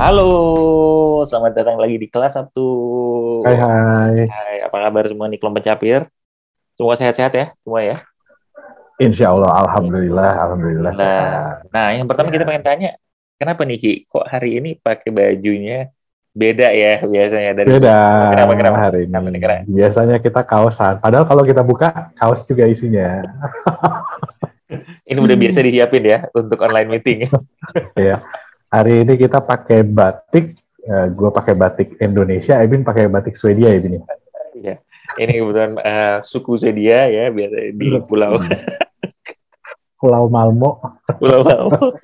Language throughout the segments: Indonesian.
Halo, selamat datang lagi di kelas Sabtu. Hai hai, Hai, apa kabar semua nih kelompok capir? Semua sehat-sehat ya, semua ya? Insya Allah, Iya. alhamdulillah Nah, sehat. nah, yang pertama kita Ya, pengen tanya, kenapa nih Ki? Kok hari ini pakai bajunya beda ya biasanya dari beda biasa? Kenapa, kenapa? hari ini. Kenapa nih? Kenapa? Biasanya kita kaosan, padahal kalau kita buka kaos juga isinya. Ini udah biasa disiapin ya untuk online meeting. Ya, hari ini kita pakai batik. Gue pakai batik Indonesia, Ebin pakai batik Swedia ya Ebin. Iya. Ini kebetulan suku Swedia ya, biasa di pulau Pulau Malmo. Pulau.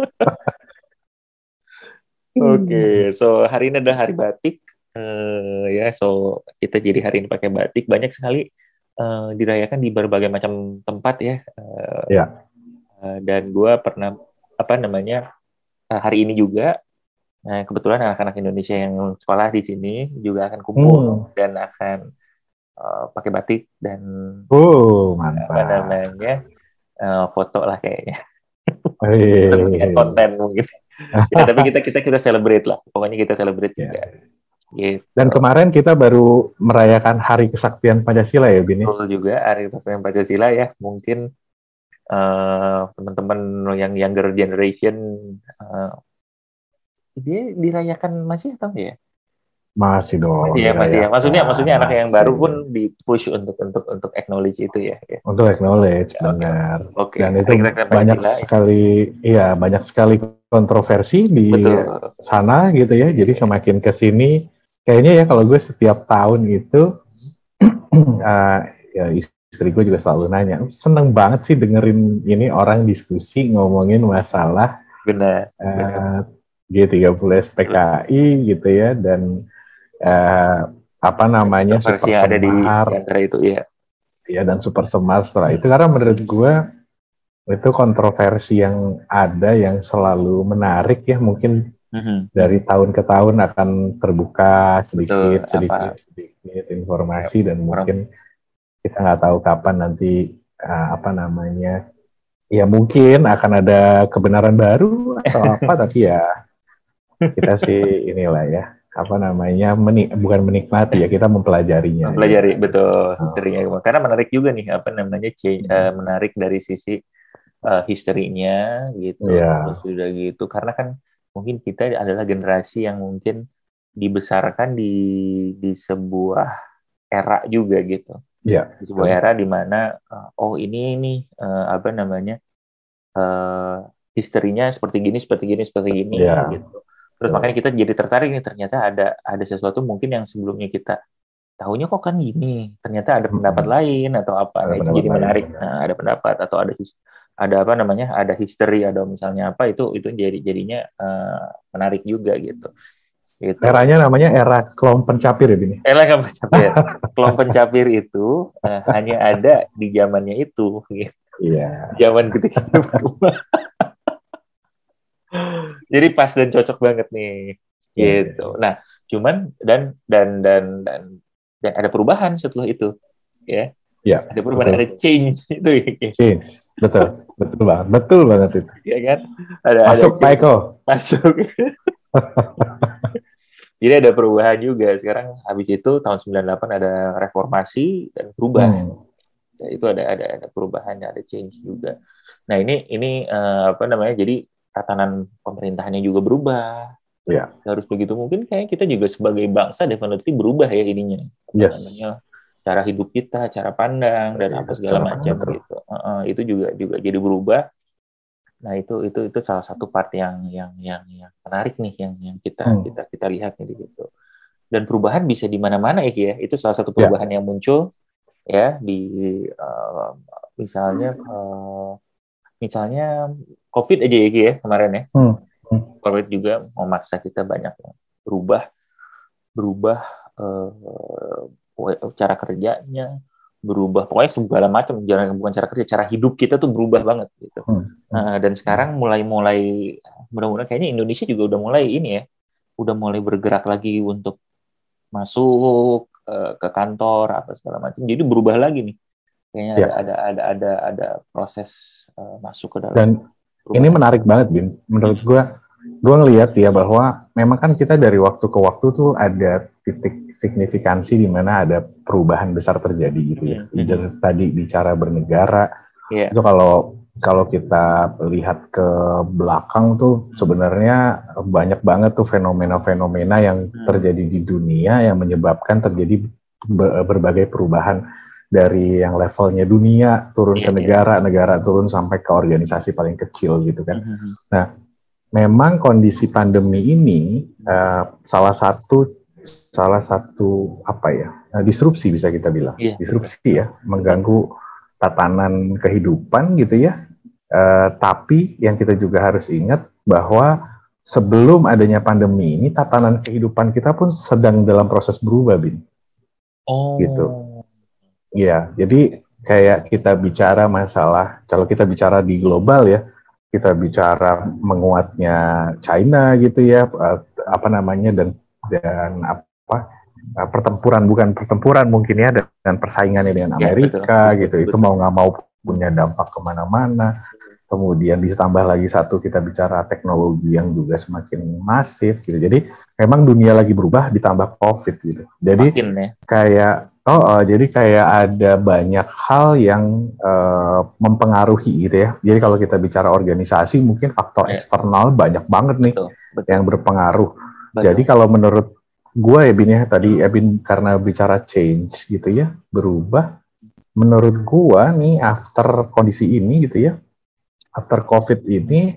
Oke, so hari ini adalah hari batik. Ya, so kita jadi hari ini pakai batik. Banyak sekali dirayakan di berbagai macam tempat ya. Ya, Dan gue pernah apa namanya hari ini juga. Nah, kebetulan anak-anak Indonesia yang sekolah di sini juga akan kumpul hmm. dan akan pakai batik dan apa Mantap. namanya foto lah kayaknya. Kemudian Hei. konten mungkin. Ya, tapi kita celebrate lah. Pokoknya kita celebrate Ya. juga. Gitu. Dan kemarin kita baru merayakan Hari Kesaktian Pancasila ya Bini. Betul juga Hari Kesaktian Pancasila ya. Mungkin teman-teman yang younger generation uh, dia dirayakan masih atau enggak ya? Masih dong Masih ya. dirayakan, Maksudnya anak yang baru pun masih. di push untuk acknowledge itu ya. Ya. Untuk acknowledge, Oke, oke. benar. Oke, Dan Hari itu Kesaktian banyak Pancasila ya. sekali, iya banyak sekali kontroversi di Betul. sana gitu ya. Jadi semakin ke sini, kayaknya ya kalau gue setiap tahun itu, uh, ya istri gue juga selalu nanya, seneng banget sih dengerin ini orang diskusi ngomongin masalah Benar, benar. uh, G30 SPKI gitu ya, dan uh, apa namanya Versi Super yang ada di Semar, antara itu ya. ya dan Super Semar setelah itu, karena menurut gue itu kontroversi yang ada yang selalu menarik ya, mungkin Mhm, dari mhm. tahun ke tahun akan terbuka Betul, sedikit sedikit apa sedikit ya, informasi, dan orang mungkin kita nggak tahu kapan nanti apa namanya, ya mungkin akan ada kebenaran baru atau apa, tapi ya kita sih inilah ya, apa namanya, bukan menikmati ya, kita mempelajarinya ya. mempelajari betul Oh. historinya karena menarik juga nih apa namanya menarik dari sisi historinya gitu terus Ya, sudah gitu karena kan mungkin kita adalah generasi yang mungkin dibesarkan di sebuah era juga gitu ya, di sebuah betul. era di mana oh ini nih apa namanya eh, historinya seperti gini Ya, gitu terus makanya betul. kita jadi tertarik nih ternyata ada sesuatu mungkin yang sebelumnya kita tahunya kok kan gini, ternyata ada pendapat Mm-mm. lain atau apa. Ada Nah, itu pendapat jadi lain, menarik. benar. Nah, ada pendapat atau ada apa namanya? Ada history, ada misalnya apa itu jadinya menarik juga gitu. Gitu. Eranya namanya era Kelom Pencapir ya, Bini? Kelompok pencapir. Kelompok pencapir itu hanya ada di zamannya itu, gitu. Iya. Zaman ketika itu berkembang. Jadi pas dan cocok banget nih. Iya, Gitu. iya. Nah, cuman dan ada perubahan setelah itu, ya. Iya, Ada perubahan, betul. ada change itu ya. Change. Betul. Betul banget itu. Ya kan ada Masuk, Pak change Eko. masuk jadi ada perubahan juga sekarang habis itu tahun 98 ada reformasi dan berubah Hmm. ya, itu ada perubahan ada change juga nah ini apa namanya jadi tatanan pemerintahannya juga berubah Iya. harus begitu mungkin kayak kita juga sebagai bangsa definitely berubah ya ininya apa namanya Yes. cara hidup kita cara pandang dan apa Hidup segala cara pandang, macam betul. gitu itu juga jadi berubah. Nah, itu salah satu part yang menarik nih yang kita Hmm. kita kita lihat nih di situ. Dan perubahan bisa di mana-mana ya, Ki, ya. Itu salah satu Ya. perubahan yang muncul ya di misalnya misalnya COVID aja ya, Ki, ya kemarin ya. Hmm. Hmm. COVID juga memaksa kita banyak berubah berubah cara kerjanya, berubah pokoknya segala macam jangan bukan cara kerja cara hidup kita tuh berubah banget gitu. Hmm. Hmm. Dan sekarang mulai mudah-mudahan kayaknya Indonesia juga udah mulai ini ya udah mulai bergerak lagi untuk masuk ke kantor apa segala macam jadi berubah lagi nih kayaknya Ya. ada proses masuk ke dalam Dan ini perubahan. menarik banget, Bin. Menurut Hmm. gue, gue ngelihat ya bahwa memang kan kita dari waktu ke waktu tuh ada titik signifikansi di mana ada perubahan besar terjadi gitu ya. Either tadi bicara bernegara, itu kalau kita lihat ke belakang tuh sebenarnya banyak banget tuh fenomena-fenomena yang terjadi di dunia yang menyebabkan terjadi berbagai perubahan dari yang levelnya dunia turun ke negara, negara turun sampai ke organisasi paling kecil gitu kan. Nah, memang kondisi pandemi ini salah satu apa ya, disrupsi bisa kita bilang, disrupsi ya, mengganggu tatanan kehidupan gitu ya. Tapi yang kita juga harus ingat bahwa sebelum adanya pandemi ini tatanan kehidupan kita pun sedang dalam proses berubah, Bin. Gitu. Ya, jadi kayak kita bicara masalah, kalau kita bicara di global ya, kita bicara menguatnya China gitu ya, apa namanya, dan apa, pertempuran, bukan pertempuran mungkin ya, dan persaingannya dengan Amerika gitu, itu mau nggak mau punya dampak kemana-mana. Kemudian ditambah lagi satu, kita bicara teknologi yang juga semakin masif gitu. Jadi memang dunia lagi berubah ditambah COVID gitu. Jadi jadi kayak ada banyak hal yang mempengaruhi gitu ya. Jadi kalau kita bicara organisasi, mungkin faktor eksternal banyak banget nih yang berpengaruh. Jadi kalau menurut gue ya Bin ya, tadi Bin karena bicara change gitu ya, berubah. Menurut gue nih after kondisi ini gitu ya, after COVID ini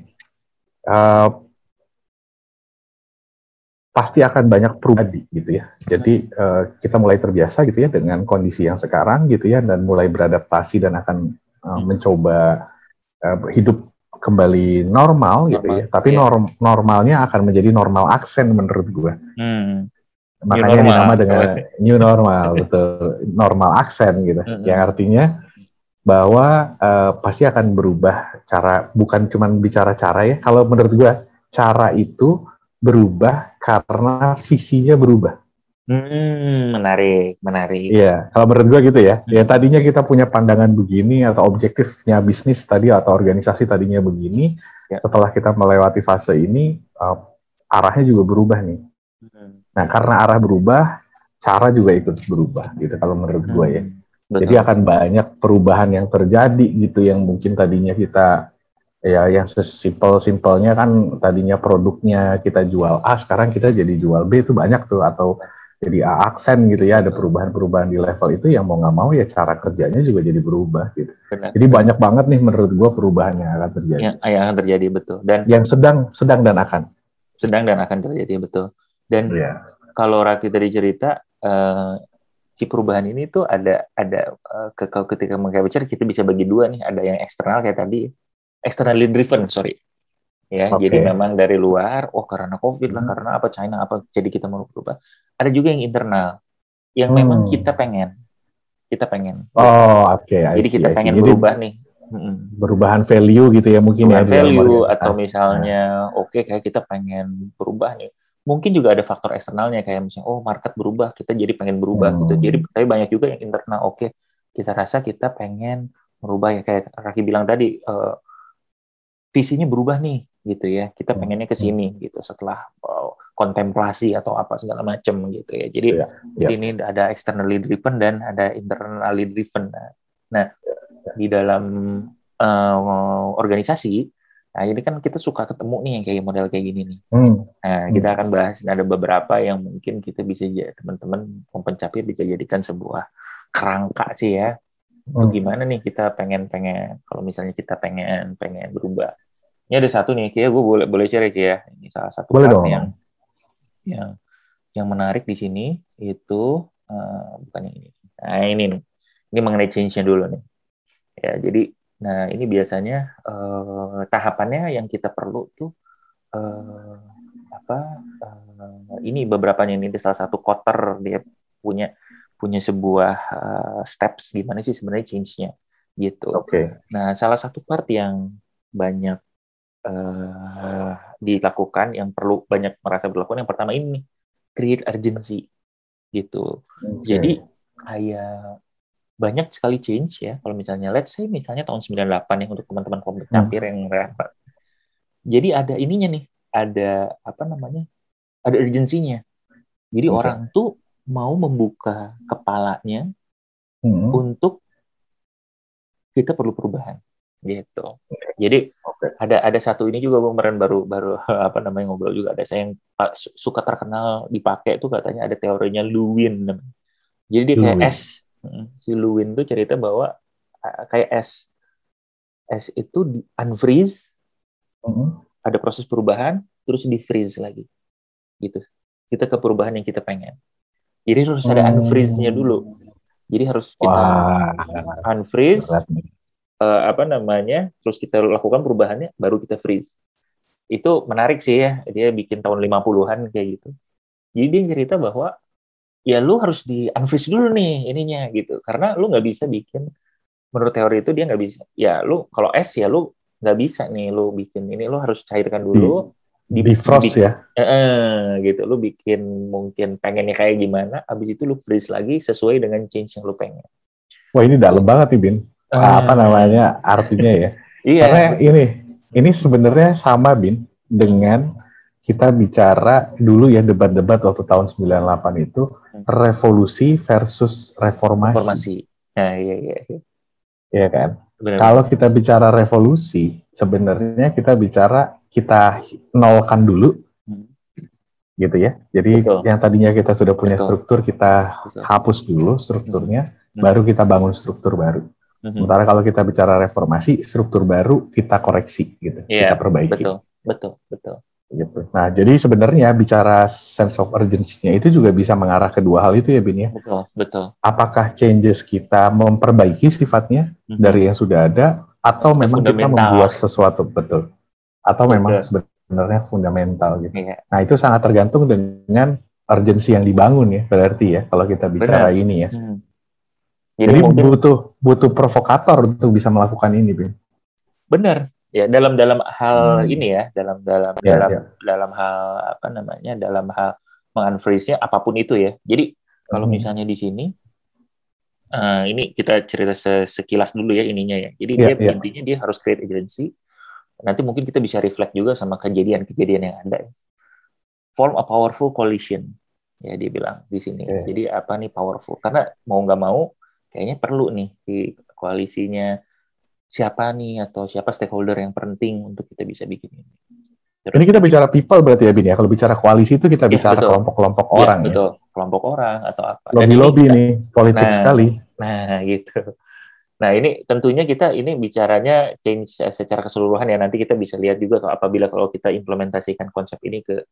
pasti akan banyak perubahan gitu ya. Jadi kita mulai terbiasa gitu ya dengan kondisi yang sekarang gitu ya, dan mulai beradaptasi dan akan mencoba hidup kembali normal gitu ya. Tapi normalnya akan menjadi normal aksen menurut gue. Makanya dinama dengan new normal, betul, normal aksen gitu. Yang artinya bahwa pasti akan berubah cara, bukan cuma bicara cara ya. Kalau menurut gue cara itu berubah karena visinya berubah. Menarik. Iya, kalau menurut gue gitu ya. Ya tadinya kita punya pandangan begini atau objektifnya bisnis tadi atau organisasi tadinya begini. Setelah kita melewati fase ini, arahnya juga berubah nih. Nah, karena arah berubah, cara juga ikut berubah gitu kalau menurut gue ya. Jadi akan banyak perubahan yang terjadi gitu, yang mungkin tadinya kita ya yang sesimpel-simpelnya kan tadinya produknya kita jual A, sekarang kita jadi jual B, itu banyak tuh, atau jadi A aksen gitu ya, ada perubahan-perubahan di level itu yang mau nggak mau ya cara kerjanya juga jadi berubah gitu. Jadi banyak banget nih menurut gua perubahan yang akan terjadi. Yang akan terjadi, betul. Dan yang sedang dan akan terjadi, betul. Dan kalau Raki tadi cerita si perubahan ini tuh ada ketika meng-capture kita bisa bagi dua nih, ada yang eksternal kayak tadi, externally driven, ya. Jadi memang dari luar, karena COVID lah, karena apa, China apa, jadi kita mau berubah. Ada juga yang internal, yang memang kita pengen. Jadi kita pengen berubah nih. Perubahan value gitu ya mungkin perubahan ya. Value atau misalnya kayak kita pengen berubah nih. Mungkin juga ada faktor eksternalnya kayak misalnya market berubah, kita jadi pengen berubah gitu. Jadi tapi banyak juga yang internal. Kita rasa kita pengen merubah ya, kayak Raki bilang tadi, visinya berubah nih gitu ya, kita pengennya ke sini gitu setelah kontemplasi atau apa segala macam gitu ya. Jadi ini ada externally driven dan ada internally driven. Nah, di dalam organisasi, nah ini kan kita suka ketemu nih yang kayak model kayak gini nih. Nah, kita akan bahas, ada beberapa yang mungkin kita bisa, teman-teman pencapir bisa jadikan sebuah kerangka sih ya. Itu gimana nih kita pengen kalau misalnya kita pengen berubah. Ini ada satu nih, kayak gue boleh share ya. Ini salah satu part yang menarik di sini itu bukan yang ini. Nah, ini nih. Ini mengenai change-nya dulu nih. Ya, jadi ini biasanya tahapannya yang kita perlu tuh ini beberapanya, ini salah satu quarter dia punya sebuah steps gimana sih sebenarnya change-nya gitu. Nah, salah satu part yang banyak dilakukan, yang perlu banyak merasa berlakukan, yang pertama ini nih, create urgency gitu. Jadi kayak banyak sekali change ya, kalau misalnya let's say misalnya tahun 98 ya, untuk teman-teman pencapir yang rapat. Jadi ada ininya nih, ada ada urgensinya. Jadi orang tuh mau membuka kepalanya untuk kita perlu perubahan gitu. Jadi ada satu ini juga kemarin baru ngobrol juga, ada saya yang suka terkenal dipakai tuh, katanya ada teorinya Lewin. Jadi dia kayak es. Si Lewin tuh cerita bahwa kayak es itu di unfreeze, ada proses perubahan, terus di freeze lagi gitu. Kita ke perubahan yang kita pengen. Jadi harus ada unfreeze-nya dulu. Jadi harus kita unfreeze, terus kita lakukan perubahannya, baru kita freeze. Itu menarik sih ya, dia bikin tahun 50-an kayak gitu. Jadi dia cerita bahwa ya lu harus di unfreeze dulu nih ininya gitu, karena lu nggak bisa bikin, menurut teori itu dia nggak bisa, ya lu kalau es ya lu nggak bisa nih lu bikin ini, lu harus cairkan dulu, di frost ya, gitu, lu bikin mungkin pengennya kayak gimana, abis itu lu freeze lagi sesuai dengan change yang lu pengen. Wah ini dalam banget nih Bin, artinya ya. Iya. Karena ini sebenarnya sama Bin dengan kita bicara dulu ya, debat-debat waktu tahun 98 itu revolusi versus reformasi. Nah, iya. Iya kan? Benar. Kalau kita bicara revolusi, sebenarnya kita bicara kita nolkan dulu, gitu ya. Jadi yang tadinya kita sudah punya struktur, kita hapus dulu strukturnya, baru kita bangun struktur baru. Sementara kalau kita bicara reformasi, struktur baru kita koreksi, gitu, kita perbaiki. Betul. Gitu. Nah, jadi sebenarnya bicara sense of urgency-nya itu juga bisa mengarah ke dua hal itu ya, Bin ya. Betul. Apakah changes kita memperbaiki sifatnya dari yang sudah ada, atau memang kita membuat sesuatu, betul. Atau memang sebenarnya fundamental gitu. Nah, itu sangat tergantung dengan urgensi yang dibangun ya, berarti ya, kalau kita bicara ini ya. Jadi butuh provokator untuk bisa melakukan ini, Bin. Benar. Ya, dalam hal ini ya, dalam hal dalam hal mengunfreeze-nya apapun itu ya. Jadi kalau misalnya di sini ini kita cerita sekilas dulu ya ininya ya. Jadi intinya dia harus create agency. Nanti mungkin kita bisa reflect juga sama kejadian-kejadian yang ada. Form a powerful coalition. Ya dia bilang di sini. Jadi apa nih powerful? Karena mau nggak mau kayaknya perlu nih di koalisinya siapa nih, atau siapa stakeholder yang penting untuk kita bisa bikin ini. Terus, ini kita bicara people berarti ya, Bin ya. Kalau bicara koalisi itu kita bicara kelompok-kelompok orang ya. Betul, kelompok orang atau apa. Lobby-lobby nih, politik sekali. Nah, gitu. Nah, ini tentunya kita ini bicaranya change secara keseluruhan ya. Nanti kita bisa lihat juga apabila kalau kita implementasikan konsep ini ke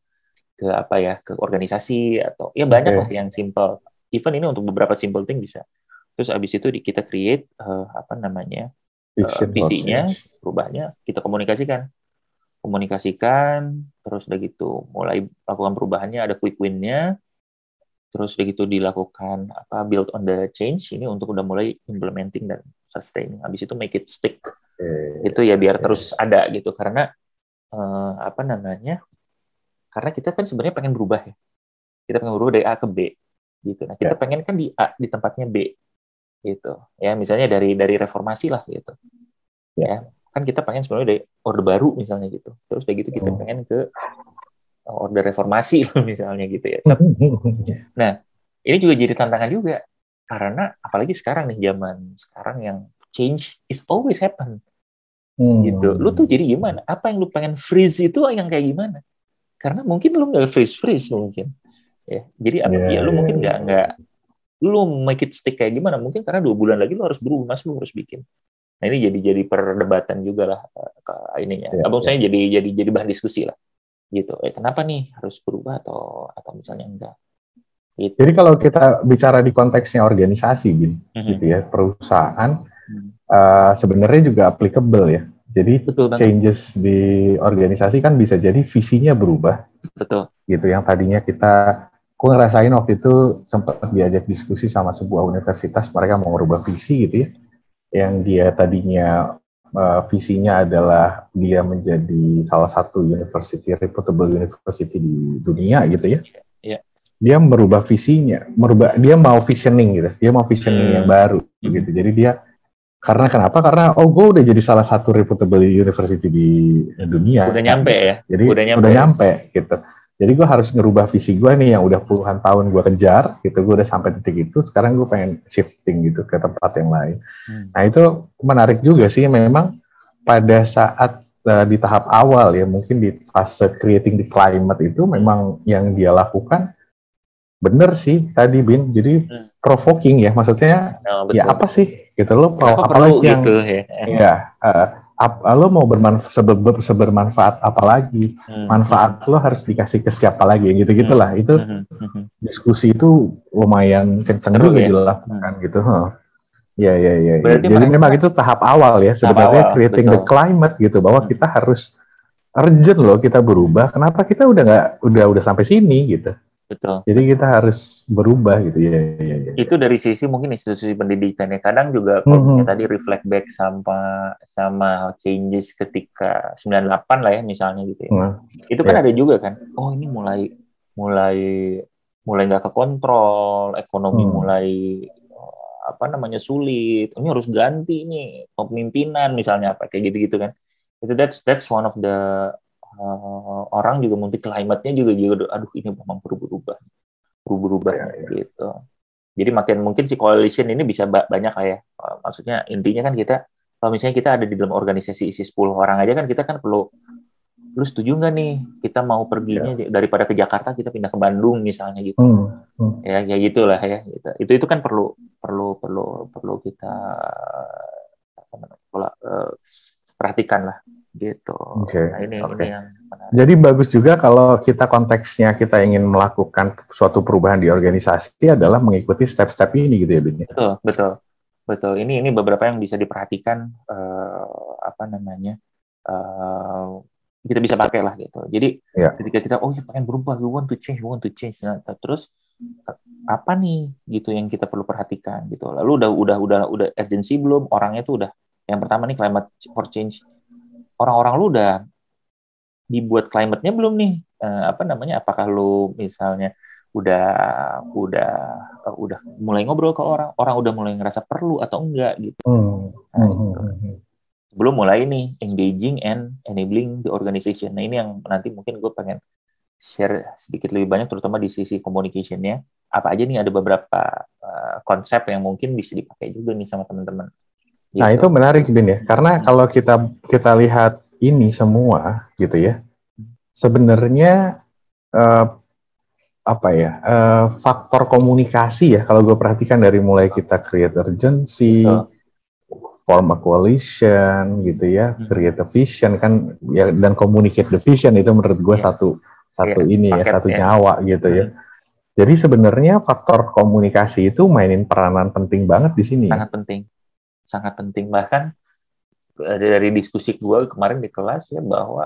organisasi atau ya banyak lah yang simple. Even ini untuk beberapa simple thing bisa. Terus abis itu kita create visinya, perubahannya kita komunikasikan, terus udah gitu mulai lakukan perubahannya, ada quick win-nya, terus udah gitu dilakukan build on the change ini untuk udah mulai implementing dan sustaining. Habis itu make it stick, itu ya biar terus ada gitu, karena karena kita kan sebenarnya pengen berubah ya, kita pengen berubah dari A ke B gitu. Nah kita pengen kan di A di tempatnya B gitu ya, misalnya dari reformasi lah gitu ya, kan kita pengen sebenarnya dari orde baru misalnya gitu, terus kayak gitu kita pengen ke orde reformasi misalnya gitu ya. Nah ini juga jadi tantangan juga, karena apalagi sekarang nih, zaman sekarang yang change is always happen gitu. Lu tuh jadi gimana, apa yang lu pengen freeze itu yang kayak gimana, karena mungkin lu nggak freeze mungkin ya, jadi lu mungkin nggak lu make it stick kayak gimana, mungkin karena 2 bulan lagi lu harus berubah, lu harus bikin. Nah ini jadi perdebatan juga lah ininya. Saya jadi bahan diskusi lah gitu. Kenapa nih harus berubah atau misalnya enggak gitu. Jadi kalau kita bicara di konteksnya organisasi gitu ya, perusahaan sebenarnya juga applicable ya. Jadi changes di organisasi kan bisa jadi visinya berubah. Betul. Gitu, yang tadinya aku ngerasain waktu itu sempat diajak diskusi sama sebuah universitas, mereka mau merubah visi gitu ya, yang dia tadinya visinya adalah dia menjadi salah satu reputable university di dunia gitu ya. Dia merubah visinya, dia mau visioning gitu, dia mau visioning yang baru gitu. Jadi dia Karena kenapa? Karena gue udah jadi salah satu reputable university di dunia. Udah nyampe gitu. ya? Jadi Udah nyampe gitu. Jadi gue harus ngerubah visi gue nih yang udah puluhan tahun gue kejar gitu. Gue udah sampai titik itu. Sekarang gue pengen shifting gitu ke tempat yang lain. Nah itu menarik juga sih. Memang pada saat di tahap awal ya, mungkin di fase creating the climate itu memang yang dia lakukan bener sih tadi Bin. Jadi provoking ya. Maksudnya ya apa sih? Gitu lo apalagi yang gitu ya. Iya, lo mau sebermanfaat apa lagi? Manfaat lo harus dikasih ke siapa lagi? Gitu-gitulah. Itu diskusi itu lumayan kenceng juga ya? dilakukan gitu. Ya. Berarti Jadi memang itu tahap awal ya sebenarnya creating the climate gitu, bahwa kita harus urgent loh kita berubah. Kenapa kita udah sampai sini gitu? Betul. Jadi kita harus berubah gitu ya. Itu dari sisi mungkin institusi pendidikan ya. Kadang juga kalau misalnya tadi reflect back sama changes ketika 98 lah ya misalnya gitu ya. Itu kan ada juga kan. Oh ini mulai nggak kekontrol, ekonomi mulai sulit. Ini harus ganti nih kepemimpinan misalnya apa kayak gitu kan. Itu that's one of the orang juga multi climate-nya juga aduh ini memang berubah gitu. Jadi makin mungkin si coalition ini bisa banyak lah ya. Maksudnya intinya kan kita kalau misalnya kita ada di dalam organisasi isi 10 orang aja kan kita kan perlu lu setuju nggak nih kita mau perginya daripada ke Jakarta kita pindah ke Bandung misalnya gitu. Ya gitulah ya gitu. Itu kan perlu kita perhatikan lah gitu. Nah, ini yang menarik. Jadi bagus juga kalau kita konteksnya kita ingin melakukan suatu perubahan di organisasi adalah mengikuti step-step ini gitu ya Bin. Betul. Ini beberapa yang bisa diperhatikan kita bisa pakai lah gitu. Jadi ketika kita pengen berubah, we want to change. Nah, terus apa nih gitu yang kita perlu perhatikan gitu. Lalu udah urgency belum? Orangnya tuh udah yang pertama nih climate for change. Orang-orang lu udah dibuat climate-nya belum nih? Apakah lu misalnya udah mulai ngobrol ke orang udah mulai ngerasa perlu atau enggak gitu. Sebelum mulai nih engaging and enabling the organization. Nah ini yang nanti mungkin gue pengen share sedikit lebih banyak terutama di sisi communication-nya. Apa aja nih ada beberapa konsep yang mungkin bisa dipakai juga nih sama teman-teman. Gitu. Nah itu menarik Bin ya, karena kalau kita lihat ini semua gitu ya, sebenarnya faktor komunikasi ya kalau gue perhatikan dari mulai kita create urgency, form a coalition gitu ya, create a vision kan ya, dan communicate the vision itu menurut gue satu nyawa gitu ya. Jadi sebenarnya faktor komunikasi itu mainin peranan penting banget di sini. Sangat penting. Bahkan dari diskusi gue kemarin di kelas ya bahwa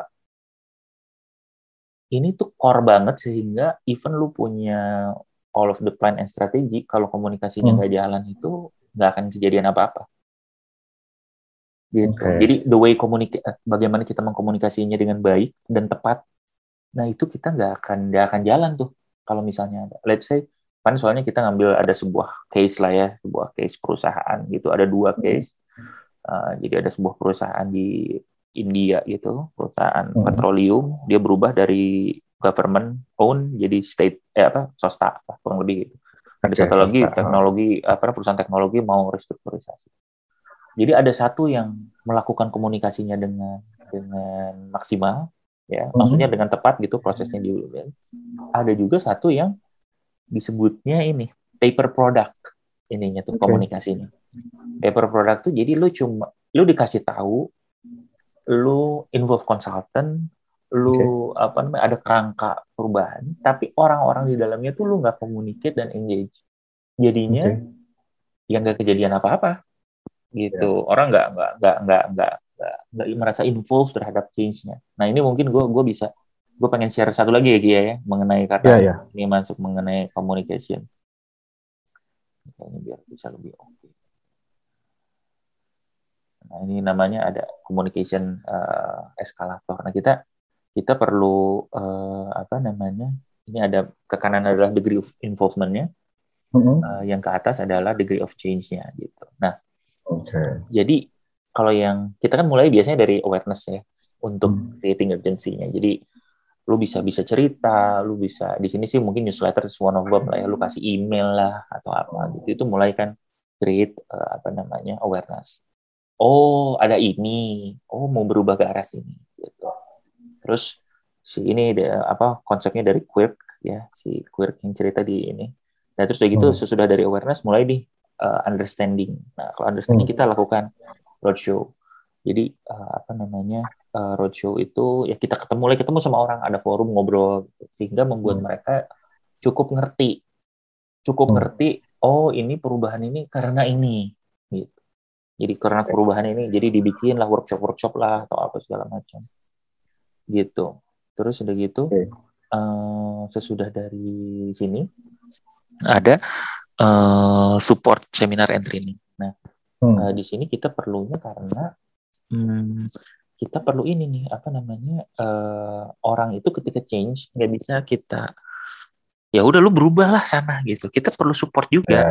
ini tuh core banget sehingga even lu punya all of the plan and strategy, kalau komunikasinya nggak jalan itu nggak akan kejadian apa-apa. Gitu. Jadi the way bagaimana kita mengkomunikasinya dengan baik dan tepat, nah itu kita nggak akan jalan tuh. Kalau misalnya let's say kan soalnya kita ngambil ada sebuah case lah ya, sebuah case perusahaan gitu, ada 2 case. Jadi ada sebuah perusahaan di India gitu, perusahaan petroleum, dia berubah dari government own jadi state swasta kurang lebih gitu. Ada satu lagi perusahaan teknologi mau restrukturisasi. Jadi ada satu yang melakukan komunikasinya dengan maksimal ya, maksudnya dengan tepat gitu prosesnya dilakukan. Ada juga satu yang disebutnya ini paper product ininya tuh komunikasinya. Paper product tuh jadi lu dikasih tahu, lu involve consultant, lu ada kerangka perubahan, tapi orang-orang di dalamnya tuh lu nggak communicate dan engage. Jadinya yang nggak kejadian apa-apa gitu. Orang nggak merasa involved terhadap change-nya. Nah ini mungkin gue pengen share satu lagi ya Gia ya mengenai kata ini masuk mengenai communication. Ini biar bisa lebih oke. Nah, ini namanya ada communication eskalator. Nah, kita perlu ini ada ke kanan adalah degree of involvement-nya, yang ke atas adalah degree of change-nya gitu. Nah, Jadi kalau yang kita kan mulai biasanya dari awareness ya untuk creating urgency-nya. Jadi lu bisa cerita, lu bisa di sini sih mungkin newsletter is one of them lah ya, lu kasih email lah atau apa gitu, itu mulai kan create awareness. Oh ada ini, oh mau berubah ke arah sini gitu. Terus si ini konsepnya dari Quirk ya, si Quirk yang cerita di ini. Nah terus kayak gitu sesudah dari awareness mulai di understanding. Nah kalau understanding kita lakukan roadshow. Jadi roadshow itu ya kita ketemu sama orang, ada forum ngobrol sehingga membuat mereka cukup ngerti oh ini perubahan ini karena ini gitu. Jadi karena perubahan ini jadi dibikin lah workshop lah atau apa segala macam gitu. Terus udah gitu sesudah dari sini ada support seminar and training. Nah di sini kita perlunya karena kita perlu ini nih orang itu ketika change nggak bisa kita ya udah lu berubah lah sana gitu, kita perlu support juga.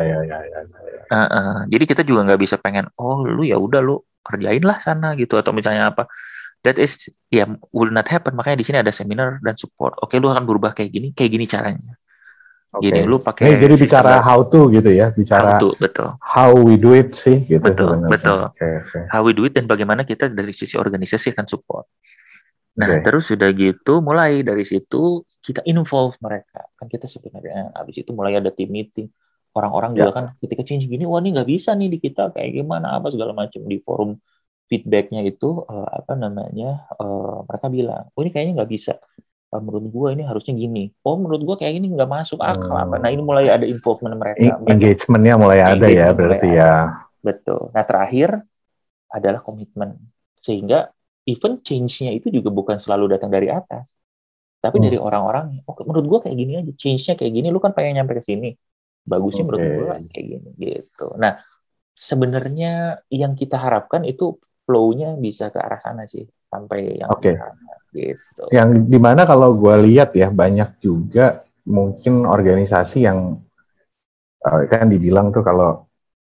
Jadi kita juga nggak bisa pengen lu ya udah lu kerjain lah sana gitu atau misalnya apa, that is will not happen. Makanya di sini ada seminar dan support. Oke, lu akan berubah kayak gini caranya. Gini lu pakai jadi bicara how to gitu ya, bicara betul. How we do it sih gitu sebenarnya. Betul. How we do it dan bagaimana kita dari sisi organisasi akan support. Nah, terus sudah gitu mulai dari situ kita involve mereka. Kan kita sebenarnya habis itu mulai ada team meeting. Orang-orang juga kan ketika change gini, wah ini nggak bisa nih di kita kayak gimana apa segala macam. Di forum feedbacknya itu mereka bilang, oh ini kayaknya nggak bisa. Menurut gue ini harusnya gini. Oh menurut gue kayak gini nggak masuk akal apa. Nah ini mulai ada involvement mereka. Engagementnya mulai ada ya berarti ya. Betul. Nah terakhir adalah komitmen. Sehingga even change-nya itu juga bukan selalu datang dari atas. Tapi dari orang-orang. Oh menurut gue kayak gini aja. Change-nya kayak gini. Lu kan pengen nyampe ke sini. Bagusnya menurut gue kayak gini. Gitu. Nah sebenarnya yang kita harapkan itu flow-nya bisa ke arah sana sih. Sampai yang gitu. Yang dimana kalau gue lihat ya banyak juga mungkin organisasi yang kan dibilang tuh kalau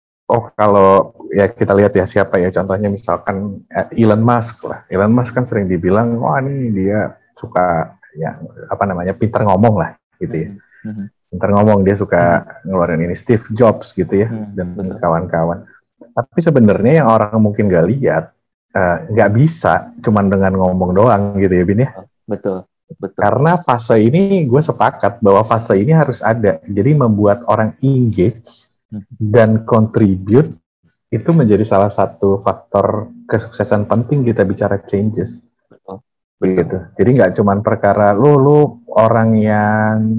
ya kita lihat ya siapa ya contohnya misalkan Elon Musk lah. Elon Musk kan sering dibilang ini dia suka ya pintar ngomong lah gitu ya. Pintar ngomong, dia suka ngeluarin ini. Steve Jobs gitu ya dan kawan-kawan. Tapi sebenarnya yang orang mungkin gak lihat nggak bisa cuman dengan ngomong doang gitu ya Bin ya. Betul. Karena fase ini gue sepakat bahwa fase ini harus ada. Jadi membuat orang engage dan contribute itu menjadi salah satu faktor kesuksesan penting kita bicara changes. Begitu. Jadi nggak cuman perkara lu orang yang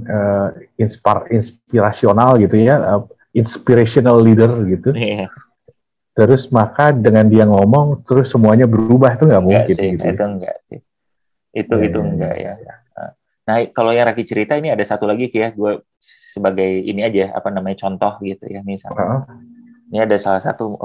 inspirasional gitu ya, inspirational leader gitu. Terus maka dengan dia ngomong terus semuanya berubah itu nggak mungkin sih, gitu. Itu enggak sih. Itu enggak ya. Nah kalau yang Raki cerita ini ada satu lagi ya, gue sebagai ini aja contoh gitu ya misalnya. Ini ada salah satu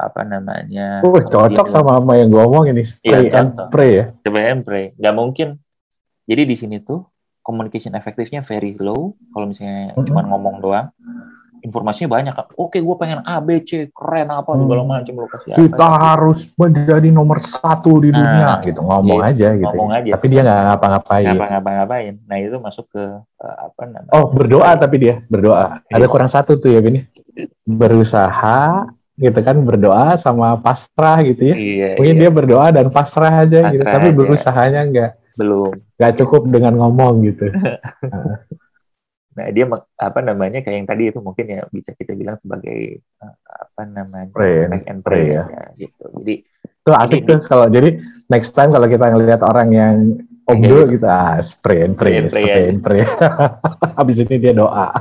cocok sama yang gue ngomong ini spray and pray ya. Spray and pray. Nggak mungkin. Jadi di sini tuh communication effectiveness very low kalau misalnya cuma ngomong doang. Informasinya banyak. Oke, gue pengen A, B, C, keren apa segala macam lokasi. Kita harus menjadi nomor 1 di dunia gitu. Ngomong aja gitu. Tapi dia nggak ngapa-ngapain. Nah itu masuk ke berdoa tapi dia berdoa. Ada kurang satu tuh ya Bini. Berusaha gitu kan, berdoa sama pasrah gitu ya. Mungkin dia berdoa dan pasrah aja gitu. Tapi berusahanya nggak cukup dengan ngomong gitu. Nah dia kayak yang tadi itu mungkin ya bisa kita bilang sebagai pray and pray ya gitu. Jadi itu asik tuh kalau jadi next time kalau kita ngelihat orang yang omdo gitu spray and pray. Habis ini dia doa.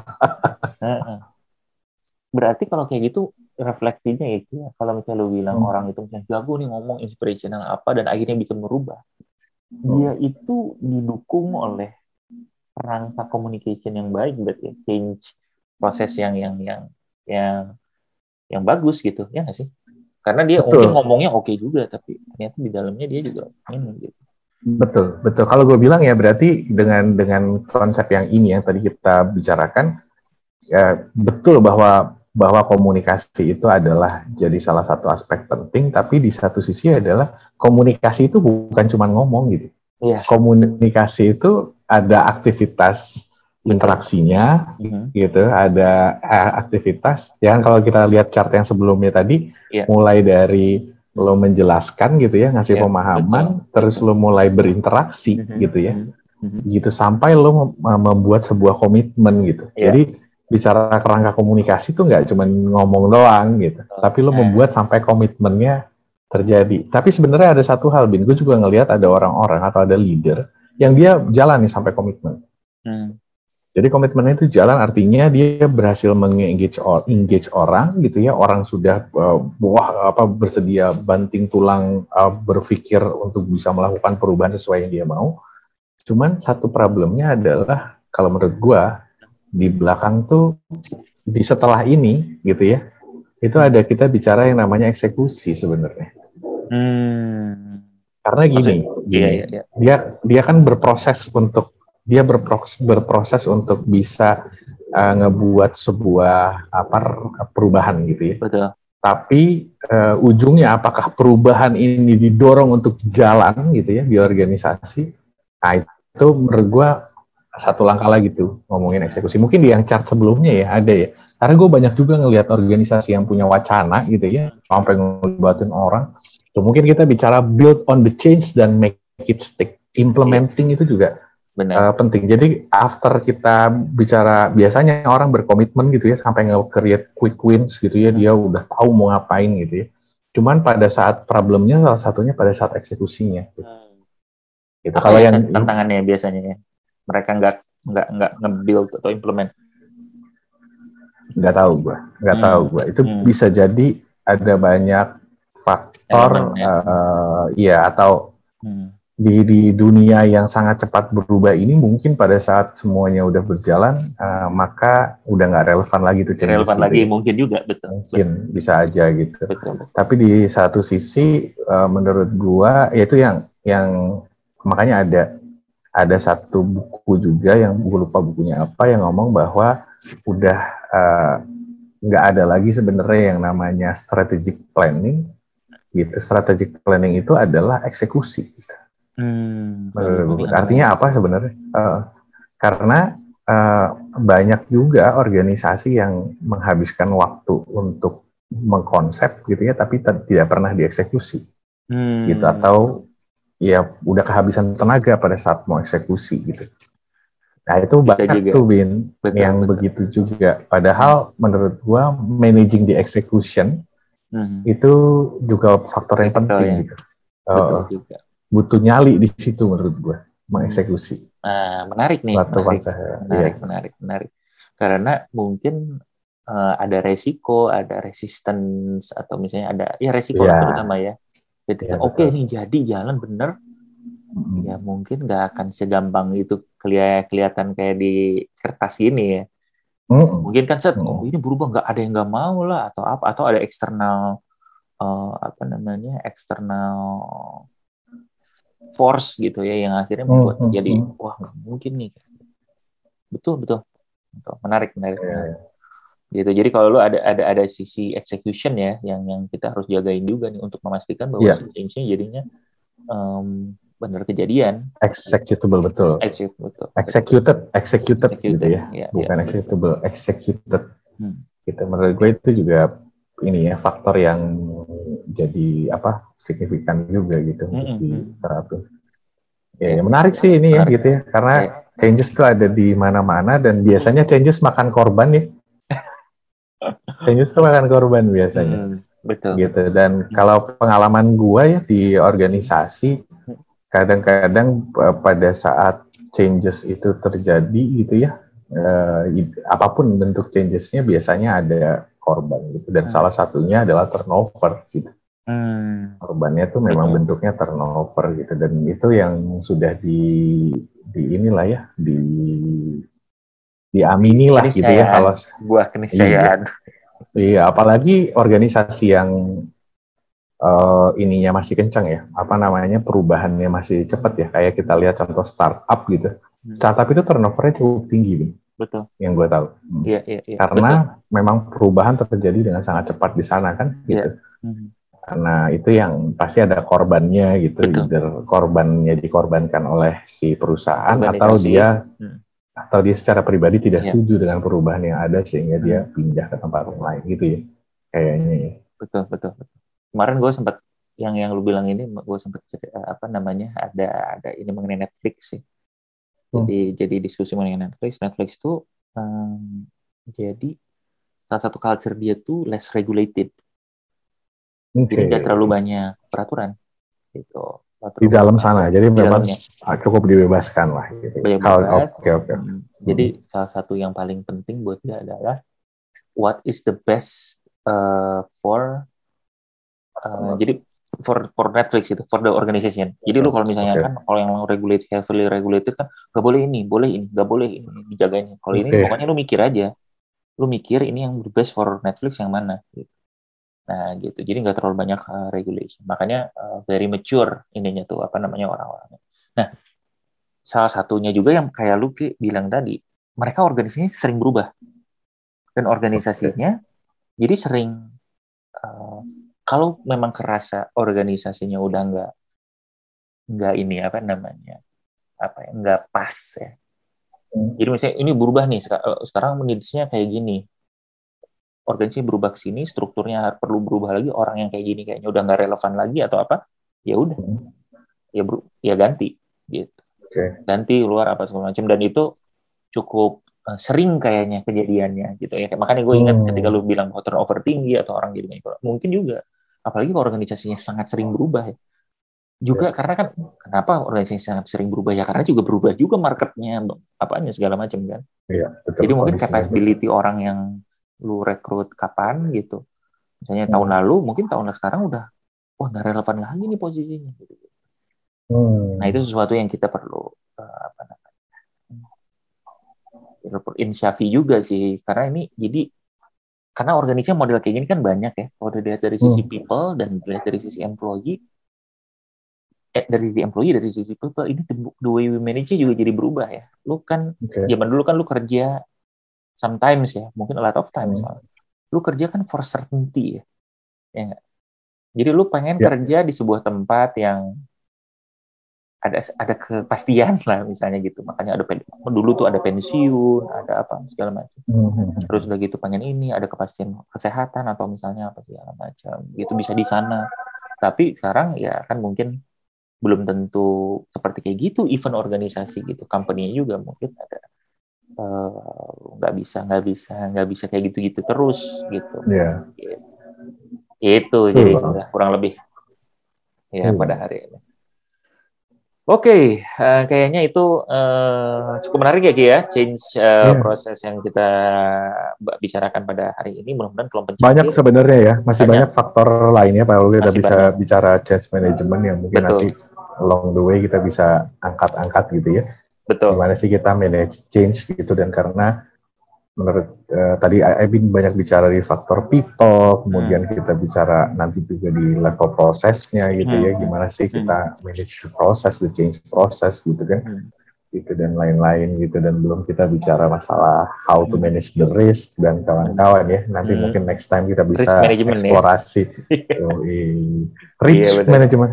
Berarti kalau kayak gitu refleksinya itu ya kalau misalnya lu bilang orang itu misalnya jago nih ngomong inspirational apa dan akhirnya bisa merubah, dia itu didukung oleh rangka communication yang baik, berarti change proses yang bagus gitu ya nggak sih? Karena dia mungkin ngomongnya oke juga tapi ternyata di dalamnya dia juga gitu. Betul. Kalau gue bilang ya berarti dengan konsep yang ini yang tadi kita bicarakan ya betul bahwa bahwa komunikasi itu adalah jadi salah satu aspek penting, tapi di satu sisi adalah komunikasi itu bukan cuma ngomong gitu. Iya. Komunikasi itu ada aktivitas interaksinya, gitu, ada aktivitas. Yang kalau kita lihat chart yang sebelumnya tadi, mulai dari lo menjelaskan gitu ya, ngasih pemahaman, terus lo mulai berinteraksi gitu ya, gitu sampai lo membuat sebuah komitmen gitu. Jadi bicara kerangka komunikasi itu nggak cuma ngomong doang gitu, tapi lo membuat sampai komitmennya terjadi. Tapi sebenarnya ada satu hal, Bin, gue juga ngelihat ada orang-orang atau ada leader yang dia jalan nih sampai komitmen. Jadi komitmennya itu jalan, artinya dia berhasil engage orang gitu ya, orang sudah bersedia banting tulang berpikir untuk bisa melakukan perubahan sesuai yang dia mau. Cuman satu problemnya adalah kalau menurut gua di belakang tuh di setelah ini gitu ya, itu ada kita bicara yang namanya eksekusi sebenarnya. Karena gini, dia kan berproses untuk bisa ngebuat sebuah perubahan gitu ya. Betul. Tapi ujungnya apakah perubahan ini didorong untuk jalan gitu ya di organisasi? Nah itu menurut gue satu langkah lagi tuh ngomongin eksekusi. Mungkin di yang chart sebelumnya ya ada ya. Karena gue banyak juga ngelihat organisasi yang punya wacana gitu ya, sampai ngelibatin orang. So, mungkin kita bicara build on the change dan make it stick. Implementing itu juga penting. Jadi after kita bicara, biasanya orang berkomitmen gitu ya sampai nge-create quick wins gitu ya, dia udah tahu mau ngapain gitu ya. Cuman pada saat problemnya salah satunya pada saat eksekusinya. Gitu. Kalau yang tantangannya biasanya ya, mereka nggak nge-build atau implement. Nggak tahu gua. Itu bisa jadi ada banyak faktor atau di dunia yang sangat cepat berubah ini, mungkin pada saat semuanya udah berjalan, maka udah nggak relevan lagi tuh. Relevan lagi gitu. Mungkin juga, betul. Mungkin bisa aja gitu. Betul. Tapi di satu sisi, menurut gua, yaitu yang makanya ada satu buku juga yang gue lupa bukunya apa, yang ngomong bahwa udah nggak ada lagi sebenarnya yang namanya strategic planning. Gitu. Strategic planning itu adalah eksekusi. Gitu. Artinya apa sebenarnya? Karena banyak juga organisasi yang menghabiskan waktu untuk mengkonsep gitu ya, tapi tidak pernah dieksekusi, gitu, atau ya udah kehabisan tenaga pada saat mau eksekusi gitu. Nah itu banyak tuh, Bin, yang begitu juga. Padahal menurut gua managing the execution itu juga faktor yang penting gitu. Betul juga. Butuh nyali di situ menurut gue, mengeksekusi. Menarik nih, menarik. Karena mungkin ada resiko, ada resistance, atau misalnya ada resiko terutama ya. Ketika oke nih jadi jalan bener, ya mungkin nggak akan segampang itu kelihatan kayak di kertas ini ya. Mungkin kan ini berubah, nggak ada yang nggak mau lah, atau ada eksternal eksternal force gitu ya, yang akhirnya membuat jadi wah nggak mungkin nih. Betul. Menarik. Gitu. Jadi kalau lu ada sisi execution ya, yang kita harus jagain juga nih untuk memastikan bahwa change-nya jadinya benar kejadian. Executable, betul. Executed gitu ya. Bukan executable, executed. Gitu. Menurut gue itu juga ini ya, faktor yang jadi signifikan juga gitu untuk diterapi. Ya, menarik sih ini ya gitu ya, karena changes itu ada di mana-mana dan biasanya changes makan korban ya. Changes itu makan korban biasanya. Betul. Gitu. Dan kalau pengalaman gua ya di organisasi, kadang-kadang pada saat changes itu terjadi gitu ya, apapun bentuk changesnya biasanya ada korban gitu, dan salah satunya adalah turnover gitu. Korbannya tuh memang bentuknya turnover gitu, dan itu yang sudah diamini lah gitu ya, kalau sebuah keniscayaan. Iya, apalagi organisasi yang ininya masih kencang ya, perubahannya masih cepat ya, kayak kita lihat contoh startup gitu. Startup itu turnovernya cukup tinggi, betul. yang gue tahu. Iya. Karena memang perubahan terjadi dengan sangat cepat di sana kan, gitu. Karena itu yang pasti ada korbannya gitu, either korbannya dikorbankan oleh si perusahaan atau dia secara pribadi tidak setuju dengan perubahan yang ada sehingga dia pindah ke tempat lain gitu ya, kayaknya ya. Betul. Kemarin gue sempat yang lu bilang ini, gue sempat ada ini mengenai Netflix sih. Jadi diskusi mengenai Netflix tuh jadi salah satu culture dia tuh less regulated. Jadi nggak terlalu banyak peraturan gitu. Di dalam sana, jadi memang cukup dibebaskan lah. Gitu. Oke. Jadi salah satu yang paling penting buat dia adalah what is the best jadi for Netflix itu, for the organization. Jadi lu kalau misalnya kan kalau yang heavily regulated kan nggak boleh ini, nggak boleh ini dijagain. Kalau ini pokoknya lu mikir aja, lu mikir ini yang the best for Netflix yang mana. Gitu. Nah gitu, jadi nggak terlalu banyak regulation. Makanya very mature ininya tuh orang-orangnya. Nah salah satunya juga yang kayak lu bilang tadi, mereka organisasinya sering berubah dan organisasinya jadi sering kalau memang kerasa organisasinya udah nggak ini nggak pas ya. Jadi misalnya ini berubah nih sekarang needs-nya kayak gini. Organisasi berubah ke sini, strukturnya perlu berubah lagi, orang yang kayak gini kayaknya udah nggak relevan lagi atau apa, ya udah, ya ganti, gitu, ganti keluar apa segala macam, dan itu cukup sering kayaknya kejadiannya, gitu ya. Makanya gue ingat ketika lu bilang turnover tinggi atau orang jadi banyak, mungkin juga, apalagi kalau organisasinya sangat sering berubah ya. Juga karena kan, kenapa organisasi sangat sering berubah ya? Karena juga berubah juga marketnya, apanya segala macam kan. Betul, jadi mungkin capability orang yang lu rekrut kapan gitu, misalnya tahun lalu, mungkin tahun sekarang udah nggak relevan lagi nih posisinya gitu. Nah itu sesuatu yang kita perlu insyafi juga sih, karena ini karena organisasi model kayak gini kan banyak ya, kalau dilihat dari sisi people dan dilihat dari sisi employee, dari sisi people ini the way we manage juga jadi berubah ya. Lu kan zaman dulu kan lu kerja sometimes ya, mungkin a lot of times. Lu kerja kan for certainty ya. Ya gak? Jadi lu pengen kerja di sebuah tempat yang ada kepastian lah misalnya gitu. Makanya dulu tuh ada pensiun, ada apa segala macam. Terus udah gitu pengen ini ada kepastian kesehatan atau misalnya apa segala macam. Gitu bisa di sana. Tapi sekarang ya kan mungkin belum tentu seperti kayak gitu, event organisasi gitu. Company-nya juga mungkin ada nggak bisa kayak gitu terus gitu. Itu jadi kurang lebih ya pada hari ini. Oke, kayaknya itu cukup menarik ya Ki ya, change proses yang kita bicarakan pada hari ini. Mudah-mudahan kelompok banyak sebenarnya ya, masih banyak faktor lainnya Pak Uli, kita bisa bicara change management yang mungkin nanti along the way kita bisa angkat-angkat gitu ya. Betul. Gimana sih kita manage change gitu, dan karena menurut tadi Ebin banyak bicara di faktor people, kemudian kita bicara nanti juga di level prosesnya gitu ya, gimana sih kita manage proses, the change process gitu kan, gitu dan lain-lain gitu, dan belum kita bicara masalah how to manage the risk dan kawan-kawan ya. Nanti mungkin next time kita bisa eksplorasi risk management.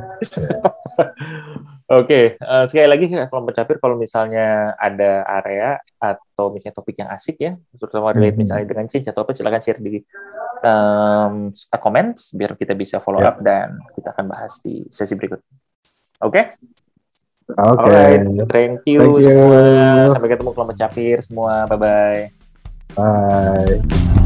Oke, sekali lagi kelompok capir, kalau misalnya ada area atau misalnya topik yang asik ya, terutama relate misalnya dengan change atau apa, silakan share di comments biar kita bisa follow up dan kita akan bahas di sesi berikut. Oke? Alright, thank you semua. Sampai ketemu kelompok capir semua. Bye-bye. Bye.